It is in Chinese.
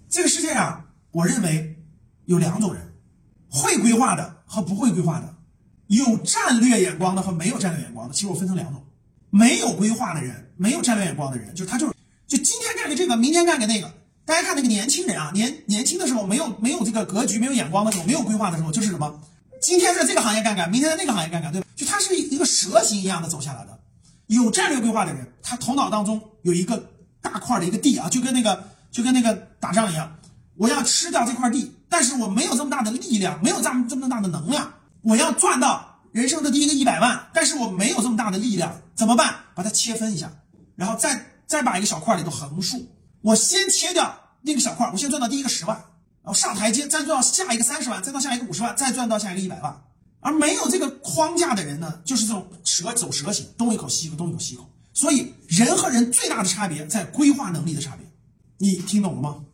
这个世界上，我认为有两种人，会规划的和不会规划的，有战略眼光的和没有战略眼光的。其实我分成两种，没有规划的人，没有战略眼光的人，就是他就今天干个这个，明天干个那个。大家看那个年轻人啊，年轻的时候没有这个格局，没有眼光的时候，没有规划的时候，就是什么？今天在这个行业干干，明天在那个行业干干，对吧？就他是一个蛇形一样的走下来的。有战略规划的人，他头脑当中有一个大块的一个地啊，就跟那个打仗一样，我要吃掉这块地，但是我没有这么大的力量，没有这么大的能量，我要赚到人生的第一个100万，但是我没有这么大的力量，怎么办？把它切分一下，然后再把一个小块里头横竖，我先切掉那个小块，我先赚到第一个10万，然后上台阶，再赚到下一个30万，再到下一个50万，再赚到下一个100万。而没有这个框架的人呢，就是这种走蛇形，东一口西一口，东一口西一口。所以人和人最大的差别在规划能力的差别，你听懂了吗？